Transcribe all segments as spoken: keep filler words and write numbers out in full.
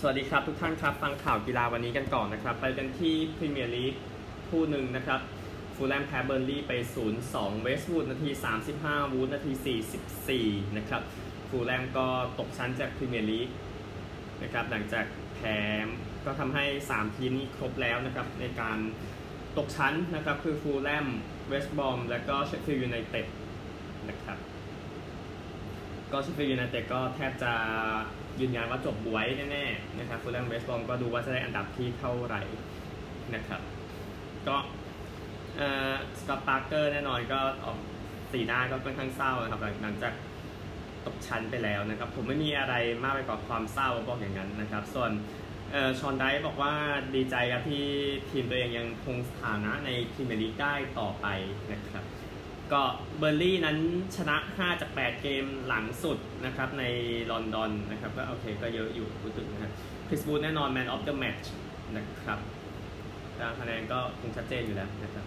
วัสดีครับทุกท่านครับฟังข่าวกีฬาวันนี้กันก่อนนะครับไปกันที่พรีเมียร์ลีกคู่หนึ่งนะครับฟูลแลมแพ้เบอร์นลี่ไป ศูนย์สอง เวสต์วูดนาทีสามสิบห้าวูดนาทีสี่สิบสี่นะครับฟูลแลมก็ตกชั้นจากพรีเมียร์ลีกนะครับหลังจากแพ้ก็ทำให้สามทีมนี้ครบแล้วนะครับในการตกชั้นนะครับคือฟูลแลมเวสต์บรอมและก็เชฟฟิลด์ยูไนเต็ดนะครับก็เชฟฟิลด์ยูไนเต็ดก็แทบจะยืนยันว่าจบบวยแน่ๆนะครับฟูลแลมเวสต์บรอมก็ดูว่าจะได้อันดับที่เท่าไหร่นะครับก็เอ่อสกอตต์ ปาร์เกอร์แน่นอนก็ออกสีหน้าก็ค่อนข้างเศร้านะครับหลังจากตกชั้นไปแล้วนะครับผมไม่มีอะไรมากไปกว่าความเศร้าบอกอย่างนั้นนะครับส่วนเอ่อชอนไดบอกว่าดีใจครับที่ทีมตัวเองยังคงสถานะในพรีเมียร์ลีกได้ต่อไปนะครับก็เบอร์ลี่นั้นชนะห้าจากแปดเกมหลังสุดนะครับในลอนดอนนะครับก็โอเคก็เยอะอยู่พูดถึงนะครับคริสบูธแน่นอน Man of the Match นะครับตามคะแนนก็คงชัดเจนอยู่แล้วนะครับ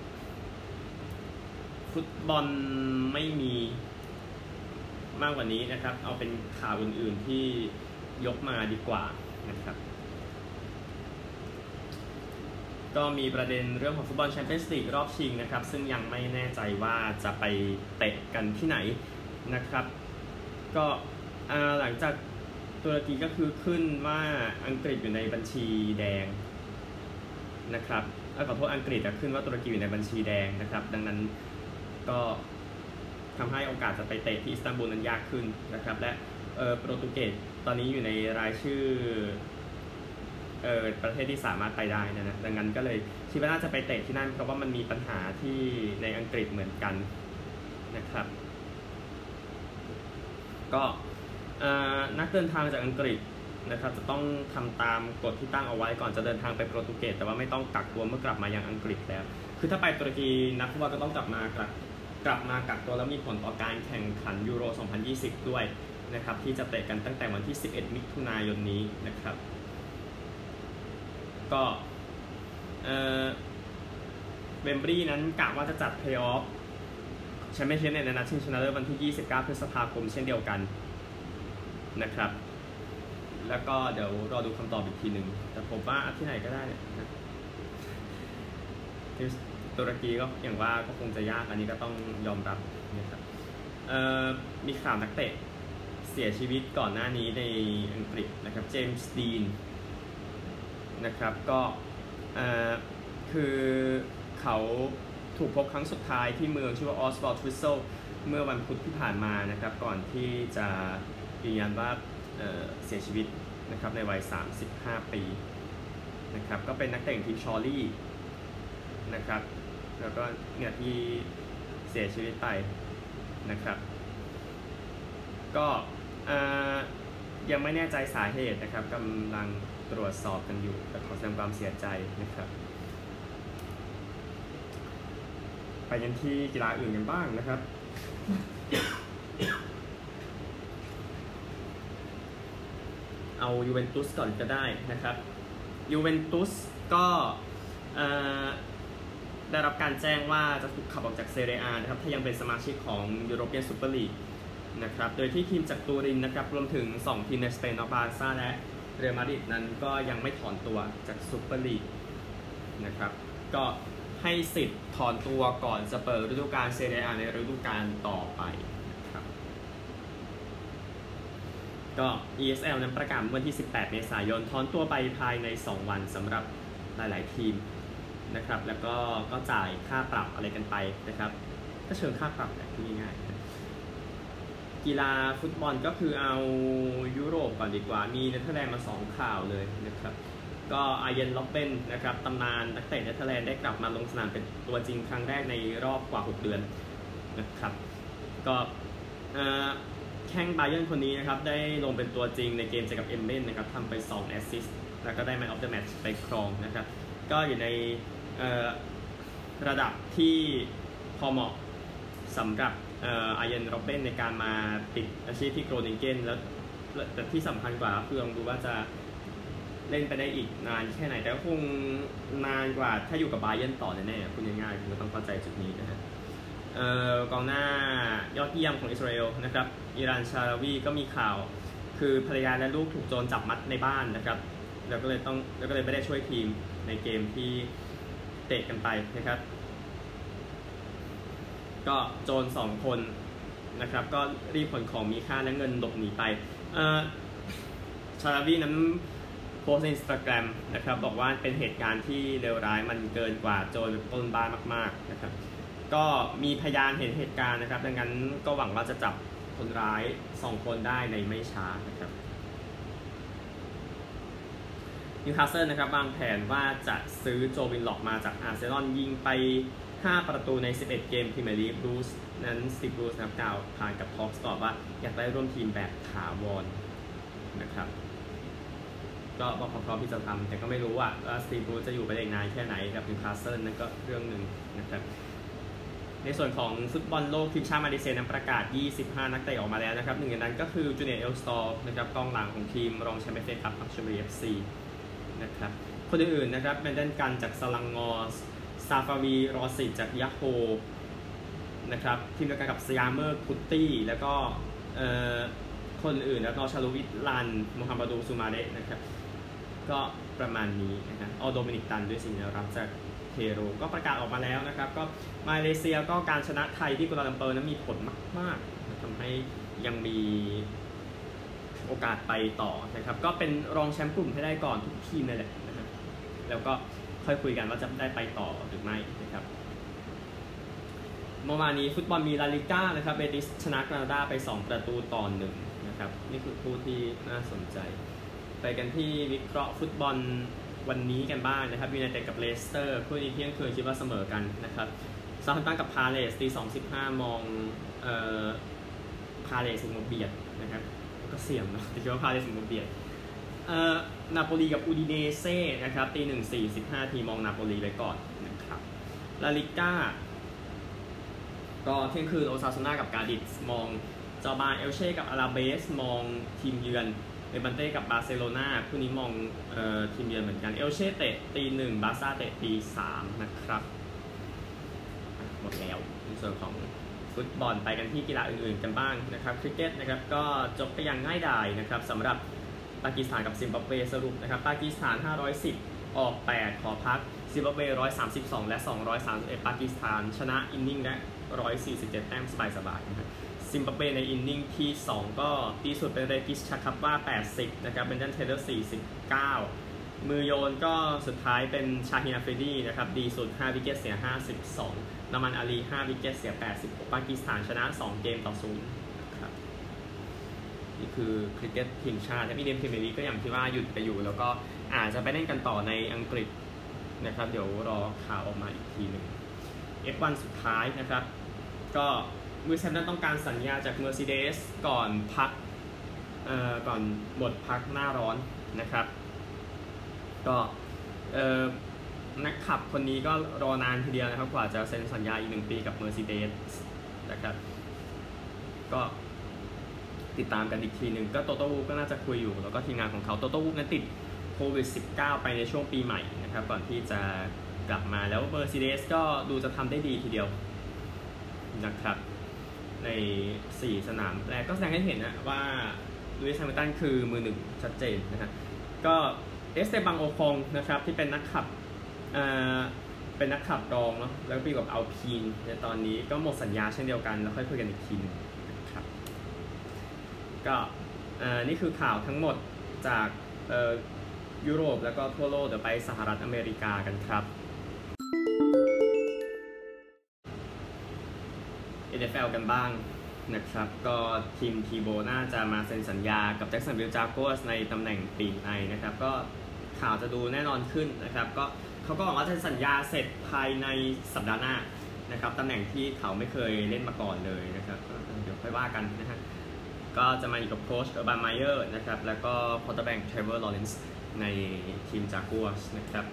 ฟุตบอลไม่มีมากกว่านี้นะครับเอาเป็นข่าวอื่นๆที่ยกมาดีกว่านะครับก็มีประเด็นเรื่องของฟุตบอลแชมเปี้ยนส์ลีกรอบชิงนะครับซึ่งยังไม่แน่ใจว่าจะไปเตะกันที่ไหนนะครับก็หลังจากตุรกีก็คือขึ้นว่าอังกฤษอยู่ในบัญชีแดงนะครับขอโทษอังกฤษขึ้นว่าตุรกีอยู่ในบัญชีแดงนะครับดังนั้นก็ทำให้โอกาสจะไปเตะที่อิสตันบูลนั้นยากขึ้นนะครับและโปรตุเกสตอนนี้อยู่ในรายชื่อเอ่อประเทศที่สามารถไปได้นะนะดังนั้นก็เลยคิดว่าน่าจะไปเตะที่นั่นเพราะว่ามันมีปัญหาที่ในอังกฤษเหมือนกันนะครับก็นักเดินทางจากอังกฤษนะครับจะต้องทำตามกฎที่ตั้งเอาไว้ก่อนจะเดินทางไปโปรตุเกสแต่ว่าไม่ต้องกักตัวเมื่อกลับมายังอังกฤษแล้วคือถ้าไปตุรกีนักฟุตบอลก็ต้องกลับมากลับกลับมากักตัวแล้วมีผลต่อการแข่งขันยูโรสองพันยี่สิบด้วยนะครับที่จะเตะกันตั้งแต่วันที่สิบเอ็ดมิถุนายนนี้นะครับก็เอ่อเวมบลีย์นั้นกะว่าจะจัดเพลย์ออฟแชมเปี้ยนชิพในนัดชิงชนะเลิศวันที่ยี่สิบเก้าพฤษภาคมเช่นเดียวกันนะครับแล้วก็เดี๋ยวรอดูคำตอบอีกทีหนึ่งแต่ผมว่าที่ไหนก็ได้นะที่ตุรกีก็อย่างว่าก็คงจะยากอันนี้ก็ต้องยอมรับนะครับเอ่อมีข่าวนักเตะเสียชีวิตก่อนหน้านี้ในอังกฤษนะครับเจมส์ดีนนะครับก็คือเขาถูกพบครั้งสุดท้ายที่เมืองชื่อว่าออสวอลด์ทริสเซลเมื่อวันพุธที่ผ่านมานะครับก่อนที่จะยืนยันว่า เอ่อ เสียชีวิตนะครับในวัยสามสิบห้าปีนะครับก็เป็นนักเตะทีมชอร์ลี่นะครับแล้วก็เนี่ยที่เสียชีวิตไปนะครับก็ยังไม่แน่ใจสาเหตุนะครับกำลังตรวจสอบกันอยู่แต่ขอแสดงความเสียใจนะครับไปกันที่กีฬาอื่นกันบ้างนะครับ เอายูเวนตุสก่อนก็ได้นะครับยูเวนตุสก็ได้รับการแจ้งว่าจะถูกขับออกจากเซเรีย A นะครับถ้ายังเป็นสมาชิกของยูโรเปียนซูเปอร์ลีกนะครับโดยที่ทีมจากตูรินนะครับรวมถึงสองทีมในสเปนบาร์ซ่าและเรอัลมาดริดนั้นก็ยังไม่ถอนตัวจากซูเปอร์ลีกนะครับก็ให้สิทธิ์ถอนตัวก่อนจะเปิดฤดูกาลเซเรีย A ในฤดูกาลต่อไปนะครับก็ อี เอส แอล นั้นประกาศวันที่สิบแปดเมษายนถอนตัวไปภายในสองวันสำหรับหลายๆทีมนะครับแล้วก็ก็จ่ายค่าปรับอะไรกันไปนะครับก็เชิงค่าปรับแบบง่ายๆกีฬาฟุตบอลก็คือเอายุโรปก่อนดีกว่ามีเนเธอร์แลนด์มาสองข่าวเลยนะครับก็อาร์เยน ล็อบเบนนะครับตำนานนักเตะเนเธอร์แลนด์ได้กลับมาลงสนามเป็นตัวจริงครั้งแรกในรอบกว่าหกเดือนนะครับก็แข้งไบเยิร์นคนนี้นะครับได้ลงเป็นตัวจริงในเกมเจอกับเอมเบนนะครับทำไปสองแอสซิสต์แล้วก็ได้ Man of the Match ไปครองนะครับก็อยู่ในระดับที่พอเหมาะสำหรับอาร์เยน ล็อบเบนในการมาติดอาชีพที่โกรนิงเกนแล้วแต่ที่สำคัญกว่าคือลองดูว่าจะเล่นไปได้อีกนานแค่ไหนแต่ก็คงนานกว่าถ้าอยู่กับบาเยิร์นต่อแน่ๆคุณง่ายๆคุณต้องเข้าใจจุดนี้นะฮะกองหน้ายอดเยี่ยมของอิสราเอลนะครับอิรานชาราวีก็มีข่าวคือภรรยาและลูกถูกโจรจับมัดในบ้านนะครับแล้วก็เลยต้องแล้วก็เลยไม่ได้ช่วยทีมในเกมที่เตะกันไปนะครับก็โจรสองคนนะครับก็รีบขนของมีค่าและเงินหลบหนีไปชาราวีนั้นโพสต์ใน Instagram นะครับบอกว่าเป็นเหตุการณ์ที่เลวร้ายมันเกินกว่าโจรปล้นบ้านมากๆนะครับก็มีพยานเห็นเหตุการณ์นะครับดังนั้นก็หวังว่าจะจับคนร้ายสองคนได้ในไม่ช้านะครับนิวคาสเซิลนะครับวางแผนว่าจะซื้อโจวินล็อกมาจากอาร์เซนอลยิงไปห้าประตูในสิบเอ็ดเกมพรีเมียร์ลีกบรูซนั้นสตีฟบรูซนะครับกล่าวผ่านกับทอล์กสปอร์ตว่าอยากได้ร่วมทีมแบบถาวรนะครับก็บอกพร้อมที่จะทำแต่ก็ไม่รู้ว่าสตีฟบรูซจะอยู่ไปได้นานแค่ไหนกับนิวคาสเซิลนั่นก็เรื่องหนึ่งนะครับในส่วนของฟุตบอลโลกทีมชาติมาเลเซียนั้นประกาศยี่สิบห้านักเตะออกมาแล้วนะครับหนึ่งในนั้นก็คือจูเนียร์เอลสตอร์นะครับกองหลังของทีมรองแชมเปี้ยนส์คัพชลบุรี เอฟ ซีนะครับคนอื่นๆนะครับแมนเดนกันจากสลังงอสซาฟาวีรอสิจากยาโฮนะครับทีมเดียวกันกับสยามเมอร์คุตตี้แล้วก็คนอื่นแล้วนอชาลูวิทลันมูฮัมหมัดซูมาเดะนะครับก็ประมาณนี้นะครับออโดมินิกตันด้วยสิ่งที่รับจากเทโรก็ประกาศออกมาแล้วนะครับก็มาเลเซียก็การชนะไทยที่กัวลาลัมเปอร์นั้นมีผลมากๆทำให้ยังมีโอกาสไปต่อนะครับก็เป็นรองแชมป์กลุ่มให้ได้ก่อนทุกทีมเลยแหละนะครับแล้วก็ค่อยคุยกันว่าจะได้ไปต่อหรือไม่นะครับเมื่อวานนี้ฟุตบอลมีลาลิก้านะครับเบติสชนะกรานาดาไปสองประตูต่อหนึ่งนะครับนี่คือคู่ที่น่าสนใจไปกันที่วิเคราะห์ฟุตบอลวันนี้กันบ้างนะครับยูไนเต็ดกับเลสเตอร์คู่นี้เที่ยงคืนคิดว่าเสมอกันนะครับซาท์แฮมป์ตันกับพาเลสตีสองสิบห้ามองเอ่อพาเลสมุมเบียดนะครับก็เสี่ยงนะแต่คิดว่าพาเลสมุมเบียดเอ่อนาโปลีกับอูดิเนเซ่นะครับตีหนึ่งสี่สิบห้าทีมองนาโปลีไว้ก่อนนะครับลาลิก้าก็เที่ยงคืนโอซาซูน่ากับกาดิสมองจอบาเอลเช่กับอาราเบสมองทีมเยือนเอบันเต้กับบาร์เซโลนาคู่นี้มองเอ่อทีมเยือนเหมือนกันเอลเช่เตะตีหนึ่งบาร์ซ่าเตะตีสามนะครับหมดแล้วในส่วนของฟุตบอลไปกันที่กีฬาอื่นๆกันบ้างนะครับคริกเก็ตนะครับก็จบไปอย่างง่ายดายนะครับสำหรับปากีสถานกับซิมบับเวสรุปนะครับปากีสถานห้าร้อยสิบออกแปดขอพักซิมบับเวหนึ่งร้อยสามสิบสองและสองร้อยสามสิบเอ็ดปากีสถานชนะอินนิ่งและหนึ่งร้อยสี่สิบเจ็ดแต้มสบายๆนะครับซิมบับเวในอินนิ่งที่สองก็ดีสุดเป็นเรกิชชาคับว่าแปดสิบนะครับเป็นดันเทเลอร์สี่สิบเก้ามือโยนก็สุดท้ายเป็นชาฮินอาฟรีดีนะครับดีสุดห้าวิกเก็ตเสียห้าสิบสองนามันอาลีห้าวิกเก็ตเสียแปดสิบปากีสถานชนะสองเกมต่อศูนย์ครับนี่คือคริกเก็ตทีมชาติและมีเดมพรีเมียร์ลีกก็อย่างที่ว่าหยุดไปอยู่แล้วก็อาจจะไปเล่นกันต่อในอังกฤษนะครับเดี๋ยวรอข่าวออกมาอีกทีหนึ่ง เอฟ วัน สุดท้ายนะครับก็ลูอิส แฮมิลตันต้องการสัญญาจาก Mercedes ก่อนพักเอ่อก่อนหมดพักหน้าร้อนนะครับก็เอ่อนักขับคนนี้ก็รอนานทีเดียวนะครับกว่าจะเซ็นสัญญาอีกหนึ่งปีกับ Mercedes นะครับก็ติดตามกันอีกทีหนึ่งก็โตโต้วูฟก็น่าจะคุยอยู่แล้วก็ทีมงานของเขาโตโต้วูฟนั้นติดโควิด สิบเก้า ไปในช่วงปีใหม่นะครับก่อนที่จะกลับมาแล้ว Mercedes ก็ดูจะทำได้ดีทีเดียวนะครับในสี่สนามแรกก็แสดงให้เห็นนะว่าลูอิส แฮมิลตันคือมือหนึ่งชัดเจนนะครับก็เอสเตบังโอคองนะครับที่เป็นนักขับเอ่อเป็นนักขับรองเนาะแล้วก็ไปกับอัลพีนในตอนนี้ก็หมดสัญญาเช่นเดียวกันแล้วค่อยคุยกันอีกทีนึงนะครับก็เอ่อนี่คือข่าวทั้งหมดจากเอ่อยุโรปแล้วก็ทั่วโลกเดี๋ยวไปสหรัฐอเมริกากันครับ เอ็น เอฟ แอล กันบ้างนะครับก็ทีมทีโบน่าจะมาเซ็นสัญญากับแจ็คสันวิลจากัวสในตำแหน่งปีกในนะครับก็ข่าวจะดูแน่นอนขึ้นนะครับก็เขาก็บอกว่าจะสัญญาเสร็จภายในสัปดาห์หน้านะครับตำแหน่งที่เขาไม่เคยเล่นมาก่อนเลยนะครับก็เดี๋ยวค่อยว่ากันนะฮะก็จะมาอยู่กับโค้ชเออร์บานไมเออร์นะครับแล้วก็ควอเตอร์แบ็กเทรเวอร์ลอเรนซ์ในทีมจากัวสนะครับ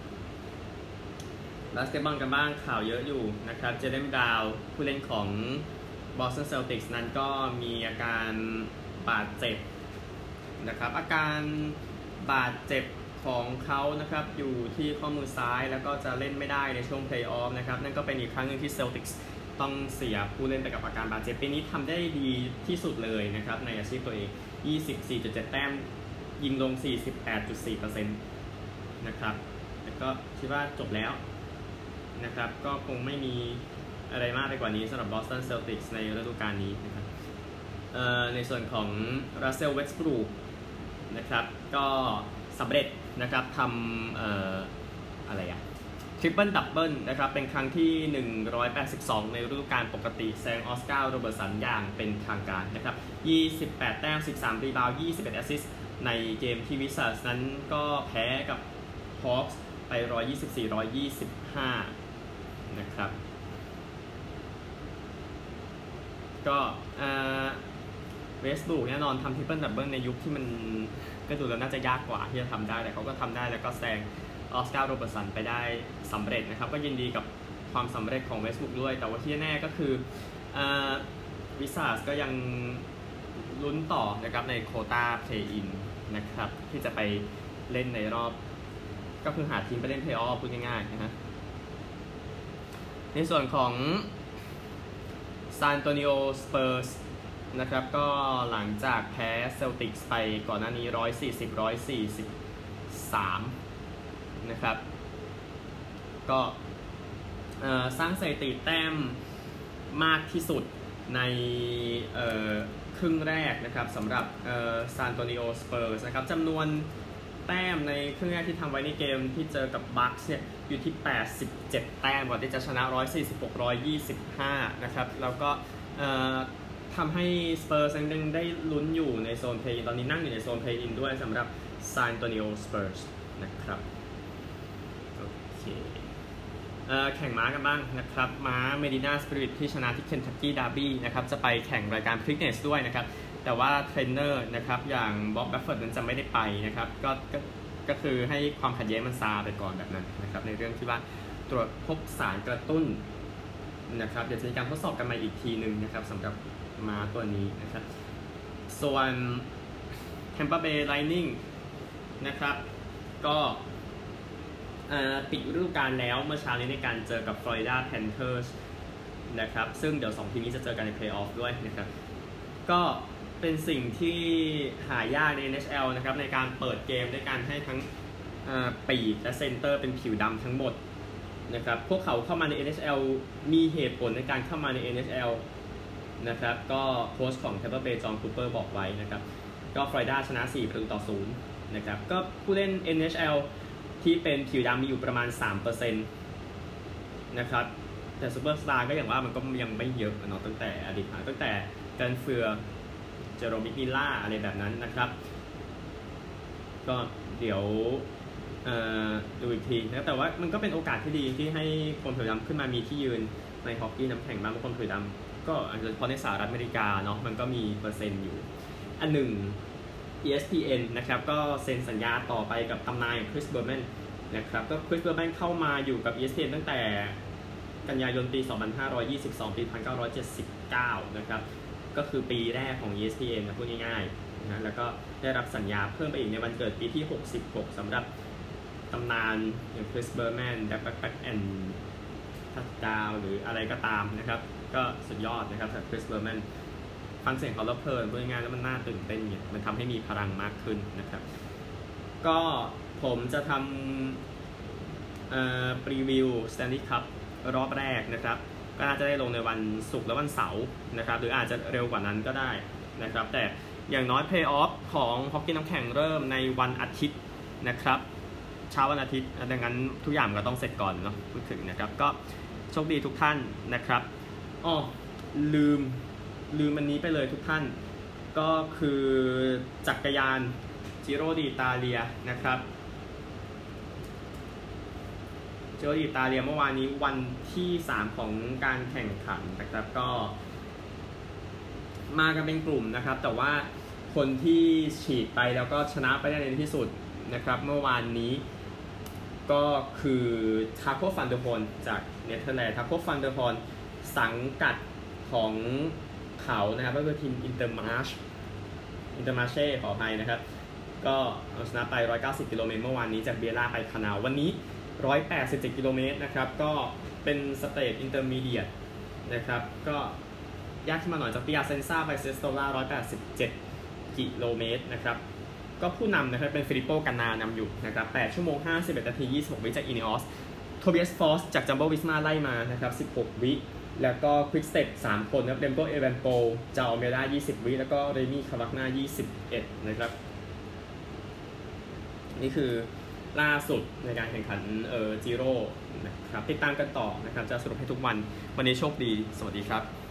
บาสเกตบอลกันบ้างข่าวเยอะอยู่นะครับเจเดนดาวผู้เล่นของ Boston Celtics นั้นก็มีอาการบาดเจ็บนะครับอาการบาดเจ็บของเขานะครับอยู่ที่ข้อมือซ้ายแล้วก็จะเล่นไม่ได้ในช่วงเพลย์ออฟนะครับนั่นก็เป็นอีกครั้งหนึ่งที่ Celtics ต้องเสียผู้เล่นไปกับอาการบาดเจ็บปีนี้ทำได้ดีที่สุดเลยนะครับในอาชีพตัวเองยี่สิบสี่จุดเจ็ด แต้มยิงลง สี่สิบแปดจุดสี่เปอร์เซ็นต์ นะครับแต่ก็คิดว่าจบแล้วนะครับก็คงไม่มีอะไรมากไปกว่านี้สำหรับ Boston Celtics ในฤดูกาลนี้นะครับในส่วนของ Russell Westbrook นะครับก็สำเร็จนะครับทำเอ่ออะไรอะทริปเปิลดับเบิลนะครับเป็นครั้งที่หนึ่งร้อยแปดสิบสองในฤดูกาลปกติแซงออสการ์โรเบิร์ตสันอย่างเป็นทางการนะครับยี่สิบแปดแต้มสิบสามรีบาวด์ยี่สิบเอ็ดแอสซิสต์ในเกมที่วิสซาร์ดนั้นก็แพ้กับฮอคส์ไปหนึ่งร้อยยี่สิบสี่ หนึ่งร้อยยี่สิบห้านะครับก็เวสต์บรูคแน่นอนทำทริปเปิลดับเบิลในยุคที่มันก็ดูแล้วน่าจะยากกว่าที่จะทำได้แต่เขาก็ทำได้แล้วก็แซงออสการ์โรเบิร์ตสันไปได้สำเร็จนะครับก็ยินดีกับความสำเร็จของเวสต์บรูคด้วยแต่ว่าที่แน่ก็คือวิสซาร์ดก็ยังลุ้นต่อนะครับในโควต้าเพลย์อินนะครับที่จะไปเล่นในรอบก็คือหาทีมไปเล่นเพลย์ออฟพูดง่ายๆนะฮะในส่วนของซานโตนิโอสเปอร์สนะครับก็หลังจากแพ้เซลติกส์ไปก่อนหน้านี้หนึ่งร้อยสี่สิบ หนึ่งร้อยสี่สิบสามนะครับก็สร้างสถิติแต้มมากที่สุดในครึ่งแรกนะครับสำหรับซานโตนิโอสเปอร์สนะครับจำนวนแต้มในครึ่งแรกที่ทำไว้ในเกมที่เจอกับบัคส์เนี่ยอยู่ที่แปดสิบเจ็ดแต้มก่อนที่จะชนะหนึ่งร้อยสี่สิบหก หนึ่งร้อยยี่สิบห้านะครับแล้วก็ทำให้สเปอร์สยังได้ลุ้นอยู่ในโซนเพลย์ตอนนี้นั่งอยู่ในโซนเพลย์อินด้วยสำหรับซานโตนิโอสเปอร์สนะครับโอเคแข่งม้ากันบ้างนะครับม้าเมดินาสปิริตที่ชนะที่เคนทักกี้ดาร์บี้นะครับจะไปแข่งรายการพริกเนสด้วยนะครับแต่ว่าเทรนเนอร์นะครับอย่างบ๊อบแบฟเฟิร์ดนั้นจะไม่ได้ไปนะครับก็ก็ก็คือให้ความขัดแย้งมันซาไปก่อนแบบนั้นนะครับในเรื่องที่ว่าตรวจพบสารกระตุ้นนะครับเดี๋ยวจะมีการทดสอบกันมาอีกทีหนึ่งนะครับสำหรับม้าตัวนี้นะครับส่วน Tampa Bay Lightning นะครับก็ปิดฤดูกาลแล้วเมื่อเช้านี้ในการเจอกับ Florida Panthers นะครับซึ่งเดี๋ยวสองทีมนี้จะเจอกันในเพลย์ออฟด้วยนะครับก็เป็นสิ่งที่หายากใน เอ็น เอช แอล นะครับในการเปิดเกมด้วยการให้ทั้งปีกและเซนเตอร์เป็นผิวดำทั้งหมดนะครับพวกเขาเข้ามาใน เอ็น เอช แอล มีเหตุผลในการเข้ามาใน เอ็น เอช แอล นะครับก็โค้ชของ Tampa Bay จอห์นคูเปอร์บอกไว้นะครับก็ Florida ชนะสี่ประตูต่อศูนย์นะครับก็ผู้เล่น เอ็น เอช แอล ที่เป็นผิวดำมีอยู่ประมาณ สามเปอร์เซ็นต์ นะครับแต่ซูเปอร์สตาร์ก็อย่างว่ามันก็ยังไม่เยอะเนาะตั้งแต่อดีตมาตั้งแต่เกันเฟือเจโรมิมิลล่าอะไรแบบนั้นนะครับก็เดี๋ยวดูอีกทีนะแต่ว่ามันก็เป็นโอกาสที่ดีที่ให้คนผิวดำขึ้นมามีที่ยืนในฮอกกี้น้ำแข็งบ้างคนผิวดำก็อาจจะเพราะในสหรัฐอเมริกาเนาะมันก็มีเปอร์เซ็นต์อยู่อันหนึ่ง อี เอส พี เอ็น นะครับก็เซ็นสัญญาต่อไปกับตำนานคริสเบอร์แมนนะครับก็คริสเบอร์แมนเข้ามาอยู่กับ อี เอส พี เอ็น ตั้งแต่กันยายนปีสองพันห้าร้อยยี่สิบสองปีหนึ่งพันเก้าร้อยเจ็ดสิบเก้านะครับก็คือปีแรกของ อี เอส พี เอ็น นะพูดง่ายๆนะแล้วก็ได้รับสัญญาเพิ่มไปอีกในวันเกิดปีที่หกสิบหกสำหรับตำนานอย่างคริสเบอร์แมนแบ็คแบ็คแอนด์ทัชดาวหรืออะไรก็ตามนะครับก็สุดยอดนะครับสำหรับคริสเบอร์แมนฟังเสียงเขาแล้วเพลินพูดง่ายๆแล้วมันน่าตื่นเต้นเนี่ยมันทำให้มีพลังมากขึ้นนะครับก็ผมจะทำเอ่อพรีวิว Stanley Cup รอบแรกนะครับก็น่าจะได้ลงในวันศุกร์และวันเสาร์นะครับหรืออาจจะเร็วกว่านั้นก็ได้นะครับแต่อย่างน้อยเพลย์ออฟของฮอกกี้น้ำแข็งเริ่มในวันอาทิตย์นะครับเช้าวันอาทิตย์ดังนั้นทุกอย่างก็ต้องเสร็จก่อนเนาะพูดถึงนะครับก็โชคดีทุกท่านนะครับอ้อลืมลืมอันนี้ไปเลยทุกท่านก็คือจักรยานจิโรดิตาเลียนะครับจิโรดิตาเลียเมื่อวานนี้วันที่สามของการแข่งขันนะครับก็มากันเป็นกลุ่มนะครับแต่ว่าคนที่ฉีดไปแล้วก็ชนะไปได้ในที่สุดนะครับเมื่อวานนี้ก็คือทาโคฟันเดอร์ฮอนจากเนเธอร์แลนด์ทาโคฟันเดอร์ฮอนสังกัดของเขานะครับก็คือทีมอินเตอร์มาร์ชอินเตอร์มาเช่ขออภัยนะครับก็เอาชนะไปหนึ่งร้อยเก้าสิบกิโลเมตรเมื่อวานนี้จากเบียร่าไปคานาวันนี้หนึ่งร้อยแปดสิบเจ็ดกิโลเมตรนะครับก็เป็นสเตจอินเตอร์มีเดียตนะครับก็ยากขึ้นมาหน่อยจากปิอาเซนซ่าไปเซสโตล่าหนึ่งร้อยแปดสิบเจ็ดกิโลเมตรนะครับก็ผู้นำนะครับเป็นฟิลิปโปกานานำอยู่นะครับแปดชั่วโมงห้าสิบเอ็ดนาทียี่สิบหกวิจากอินิออสโทเบียสฟอสจากจัมโบ้วิสมาไล่มานะครับสิบหกวิแล้วก็ควิกสเต็ปสามคนนะครับเรมโบเอเวนโปจาอเมด้ายี่สิบวิแล้วก็เรมี่คาวักนายี่สิบเอ็ดนะครับนี่คือล่าสุดในการแข่งขันเอ่อจิโร่นะครับติดตามกันต่อนะครับจะสรุปให้ทุกวันวันนี้โชคดีสวัสดีครับ